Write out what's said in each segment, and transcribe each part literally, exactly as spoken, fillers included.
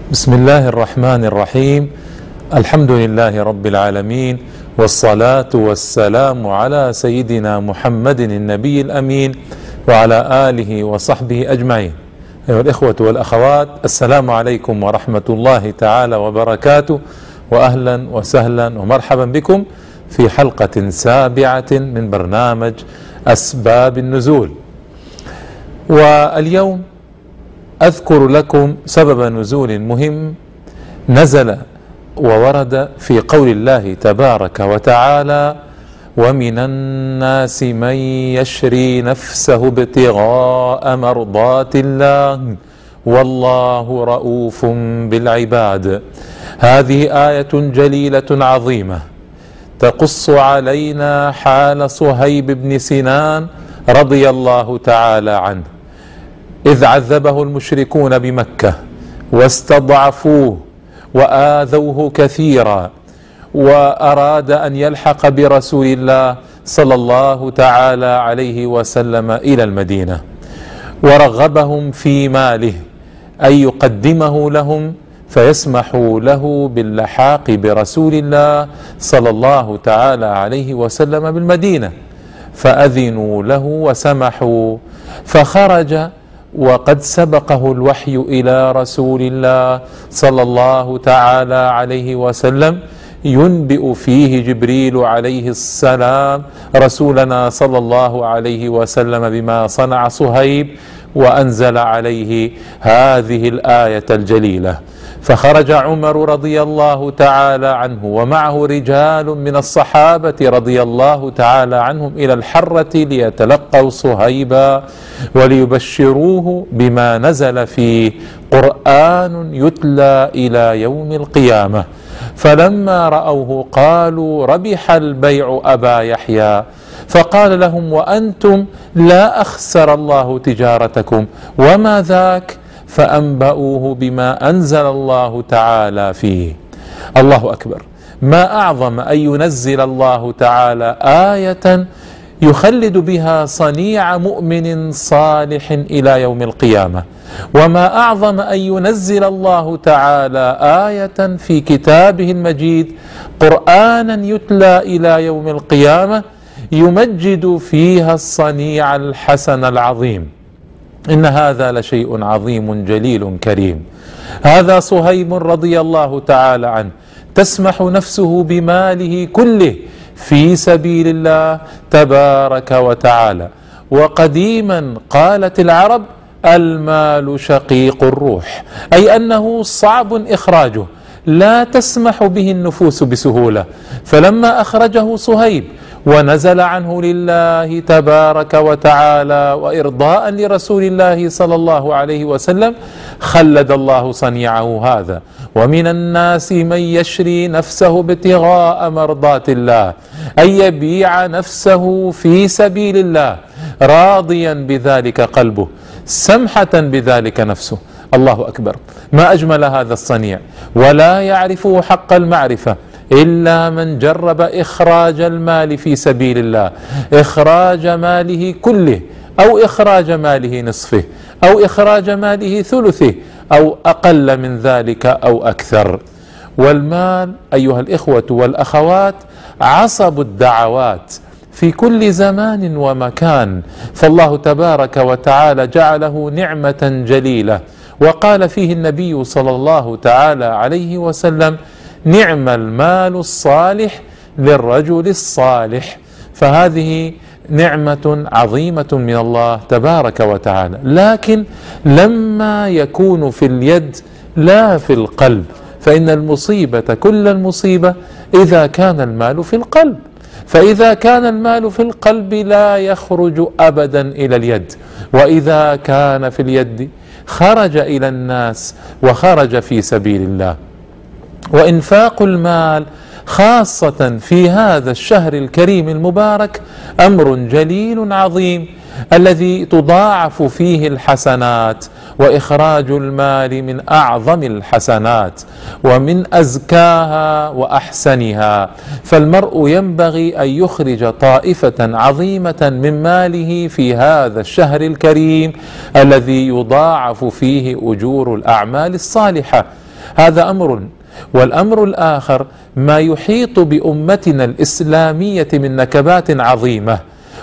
بسم الله الرحمن الرحيم. الحمد لله رب العالمين، والصلاة والسلام على سيدنا محمد النبي الأمين وعلى آله وصحبه أجمعين. أيها الإخوة والأخوات، السلام عليكم ورحمة الله تعالى وبركاته، وأهلا وسهلا ومرحبا بكم في حلقة سابعة من برنامج أسباب النزول. واليوم أذكر لكم سبب نزول مهم نزل وورد في قول الله تبارك وتعالى: ومن الناس من يشري نفسه ابتغاء مرضات الله والله رؤوف بالعباد. هذه آية جليلة عظيمة تقص علينا حال صهيب بن سنان رضي الله تعالى عنه، إذ عذبه المشركون بمكة واستضعفوه وآذوه كثيرا، وأراد أن يلحق برسول الله صلى الله تعالى عليه وسلم إلى المدينة، ورغبهم في ماله أن يقدمه لهم فيسمحوا له باللحاق برسول الله صلى الله تعالى عليه وسلم بالمدينة، فأذنوا له وسمحوا، فخرج وقد سبقه الوحي إلى رسول الله صلى الله تعالى عليه وسلم، ينبئ فيه جبريل عليه السلام رسولنا صلى الله عليه وسلم بما صنع صهيب، وأنزل عليه هذه الآية الجليلة. فخرج عمر رضي الله تعالى عنه ومعه رجال من الصحابة رضي الله تعالى عنهم إلى الحرة ليتلقوا صهيبا وليبشروه بما نزل فيه قرآن يتلى إلى يوم القيامة. فلما رأوه قالوا: ربح البيع أبا يحيى. فقال لهم: وأنتم لا أخسر الله تجارتكم، وما ذاك؟ فأنبأوه بما أنزل الله تعالى فيه. الله أكبر! ما أعظم أن ينزل الله تعالى آية يخلد بها صنيع مؤمن صالح إلى يوم القيامة، وما أعظم أن ينزل الله تعالى آية في كتابه المجيد قرآنا يتلى إلى يوم القيامة يمجد فيها الصنيع الحسن العظيم. إن هذا لشيء عظيم جليل كريم. هذا صهيب رضي الله تعالى عنه تسمح نفسه بماله كله في سبيل الله تبارك وتعالى. وقديما قالت العرب: المال شقيق الروح، أي أنه صعب إخراجه، لا تسمح به النفوس بسهولة. فلما أخرجه صهيب ونزل عنه لله تبارك وتعالى وإرضاء لرسول الله صلى الله عليه وسلم، خلد الله صنيعه هذا: ومن الناس من يشري نفسه ابتغاء مرضات الله، أن يبيع نفسه في سبيل الله راضيا بذلك قلبه، سمحة بذلك نفسه. الله أكبر! ما أجمل هذا الصنيع، ولا يعرفه حق المعرفة إلا من جرب إخراج المال في سبيل الله، إخراج ماله كله أو إخراج ماله نصفه أو إخراج ماله ثلثه أو أقل من ذلك أو أكثر. والمال أيها الإخوة والأخوات عصب الدعوات في كل زمان ومكان، فالله تبارك وتعالى جعله نعمة جليلة، وقال فيه النبي صلى الله تعالى عليه وسلم: نعم المال الصالح للرجل الصالح. فهذه نعمة عظيمة من الله تبارك وتعالى، لكن لما يكون في اليد لا في القلب، فإن المصيبة كل المصيبة إذا كان المال في القلب، فإذا كان المال في القلب لا يخرج أبدا إلى اليد، وإذا كان في اليد خرج إلى الناس وخرج في سبيل الله. وإنفاق المال خاصة في هذا الشهر الكريم المبارك أمر جليل عظيم، الذي تضاعف فيه الحسنات، وإخراج المال من أعظم الحسنات ومن أزكاها وأحسنها. فالمرء ينبغي أن يخرج طائفة عظيمة من ماله في هذا الشهر الكريم الذي يضاعف فيه أجور الأعمال الصالحة. هذا أمر. والأمر الآخر ما يحيط بأمتنا الإسلامية من نكبات عظيمة،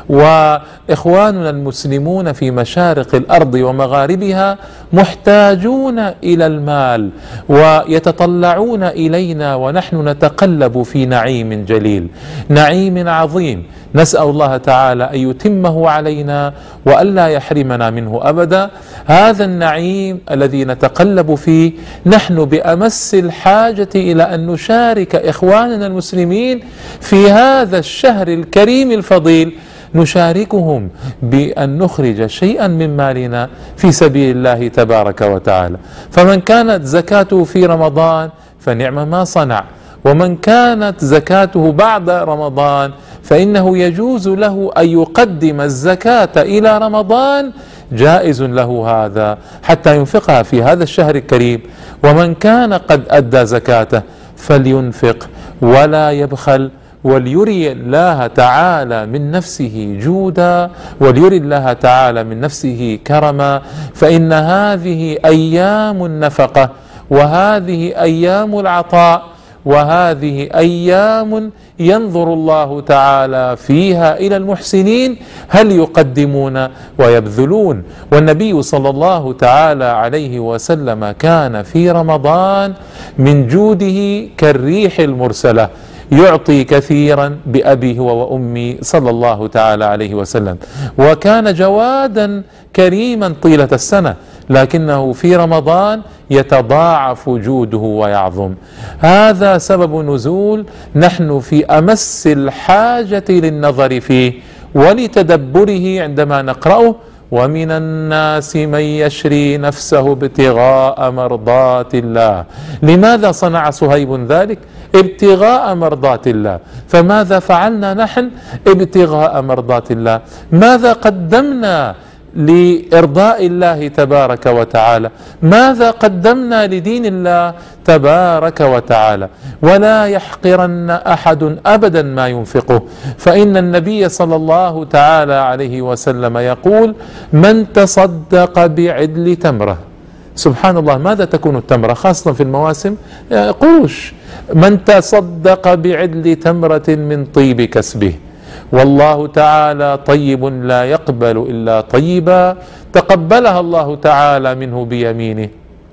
وإخواننا المسلمون في مشارق الأرض ومغاربها محتاجون إلى المال ويتطلعون إلينا ونحن نتقلب في نعيم جليل، نعيم عظيم، نسأل الله تعالى أن يتمه علينا وألا يحرمنا منه أبدا. هذا النعيم الذي نتقلب فيه نحن بأمس الحاجة إلى أن نشارك إخواننا المسلمين في هذا الشهر الكريم الفضيل، نشاركهم بأن نخرج شيئا من مالنا في سبيل الله تبارك وتعالى. فمن كانت زكاته في رمضان فنعم ما صنع، ومن كانت زكاته بعد رمضان فإنه يجوز له أن يقدم الزكاة إلى رمضان، جائز له هذا حتى ينفقها في هذا الشهر الكريم. ومن كان قد أدى زكاته فلينفق ولا يبخل، وليري الله تعالى من نفسه جودا، وليري الله تعالى من نفسه كرما، فإن هذه أيام النفقة، وهذه أيام العطاء، وهذه أيام ينظر الله تعالى فيها إلى المحسنين هل يقدمون ويبذلون. والنبي صلى الله تعالى عليه وسلم كان في رمضان من جوده كالريح المرسلة، يعطي كثيرا بأبي هو وأمي صلى الله تعالى عليه وسلم، وكان جوادا كريما طيلة السنة، لكنه في رمضان يتضاعف جوده ويعظم. هذا سبب نزول نحن في أمس الحاجة للنظر فيه ولتدبره عندما نقرأه: ومن الناس من يشري نفسه ابتغاء مرضات الله. لماذا صنع صهيب ذلك؟ ابتغاء مرضات الله. فماذا فعلنا نحن؟ ابتغاء مرضات الله. ماذا قدمنا لإرضاء الله تبارك وتعالى؟ ماذا قدمنا لدين الله تبارك وتعالى؟ ولا يحقرن أحد أبدا ما ينفقه، فإن النبي صلى الله تعالى عليه وسلم يقول: من تصدق بعدل تمرة. سبحان الله، ماذا تكون التمرة خاصة في المواسم؟ قروش. من تصدق بعدل تمرة من طيب كسبه، والله تعالى طيب لا يقبل إلا طيبا، تقبلها الله تعالى منه بيمينه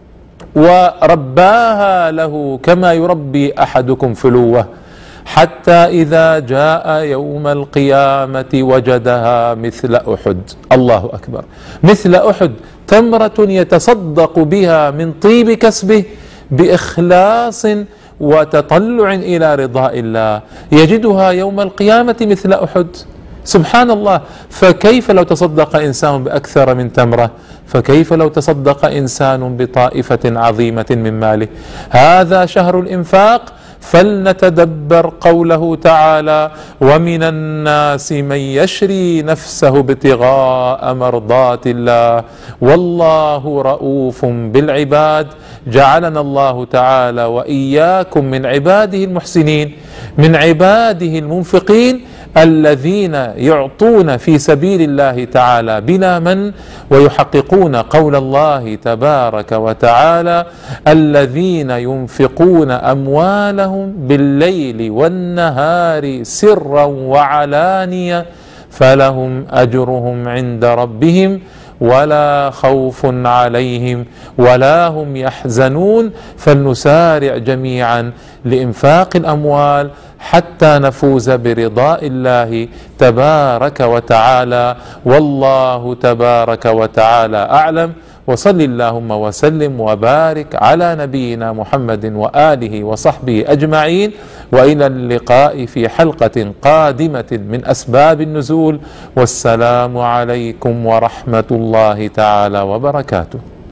ورباها له كما يربي أحدكم فلوه، حتى إذا جاء يوم القيامة وجدها مثل أحد. الله أكبر، مثل أحد، تمرة يتصدق بها من طيب كسبه بإخلاص وتطلع إلى رضاء الله، يجدها يوم القيامة مثل أحد. سبحان الله. فكيف لو تصدق إنسان بأكثر من تمرة؟ فكيف لو تصدق إنسان بطائفة عظيمة من ماله؟ هذا شهر الإنفاق، فلنتدبر قوله تعالى: ومن الناس من يشري نفسه ابتغاء مرضات الله والله رؤوف بالعباد. جعلنا الله تعالى وإياكم من عباده المحسنين، من عباده المنفقين الذين يعطون في سبيل الله تعالى بلا من، ويحققون قول الله تبارك وتعالى: الذين ينفقون أموالهم بالليل والنهار سرا وعلانية فلهم أجرهم عند ربهم ولا خوف عليهم ولا هم يحزنون. فلنسارع جميعا لإنفاق الأموال حتى نفوز برضاء الله تبارك وتعالى. والله تبارك وتعالى أعلم. وصل اللهم وسلم وبارك على نبينا محمد وآله وصحبه أجمعين، وإلى اللقاء في حلقة قادمة من أسباب النزول. والسلام عليكم ورحمة الله تعالى وبركاته.